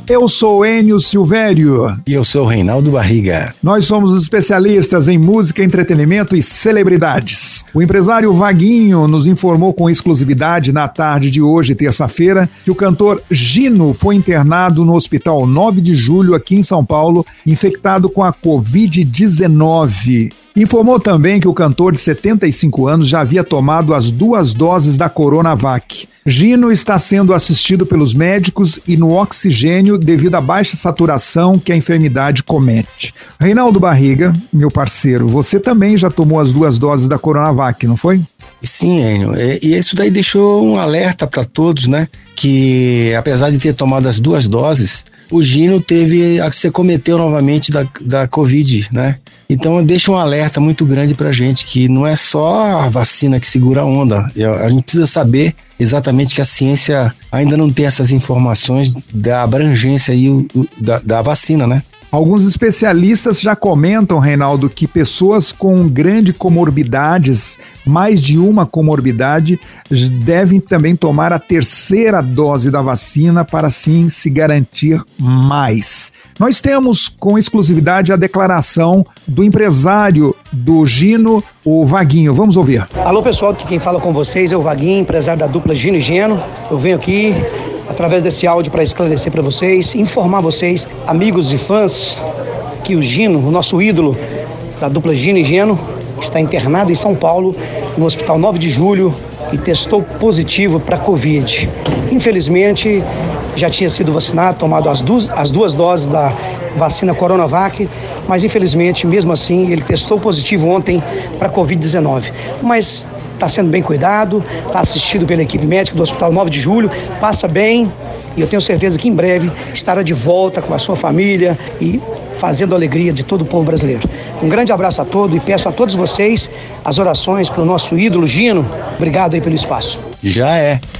Eu sou Enio Silvério. E eu sou Reinaldo Barriga. Nós somos especialistas em música, entretenimento e celebridades. O empresário Vaguinho nos informou com exclusividade na tarde de hoje, terça-feira, que o cantor Gino foi internado no Hospital 9 de Julho, aqui em São Paulo, infectado com a Covid-19. Informou também que o cantor de 75 anos já havia tomado as 2 doses da Coronavac. Gino está sendo assistido pelos médicos e no oxigênio devido à baixa saturação que a enfermidade comete. Reinaldo Barriga, meu parceiro, você também já tomou as 2 doses da Coronavac, não foi? Sim, Enio, e isso daí deixou um alerta para todos, né? Que apesar de ter tomado as 2 doses, o Gino se acometeu novamente da Covid, né? Então deixa um alerta muito grande pra gente, que não é só a vacina que segura a onda. A gente precisa saber exatamente que a ciência ainda não tem essas informações da abrangência aí da vacina, né? Alguns especialistas já comentam, Reinaldo, que pessoas com grandes comorbidades, mais de uma comorbidade, devem também tomar a 3ª dose da vacina para assim se garantir mais. Nós temos com exclusividade a declaração do empresário do Gino, o Vaguinho. Vamos ouvir. Alô pessoal, quem fala com vocês é o Vaguinho, empresário da dupla Gino e Geno. Eu venho aqui através desse áudio para esclarecer para vocês, informar vocês, amigos e fãs, que o Gino, o nosso ídolo da dupla Gino e Geno, está internado em São Paulo, no Hospital 9 de Julho, e testou positivo para Covid. Infelizmente, já tinha sido vacinado, tomado as 2 doses da vacina Coronavac, mas infelizmente, mesmo assim, ele testou positivo ontem para Covid-19. Mas está sendo bem cuidado, está assistido pela equipe médica do Hospital 9 de Julho, passa bem, e eu tenho certeza que em breve estará de volta com a sua família e fazendo a alegria de todo o povo brasileiro. Um grande abraço a todos e peço a todos vocês as orações para o nosso ídolo Gino. Obrigado aí pelo espaço. Já é.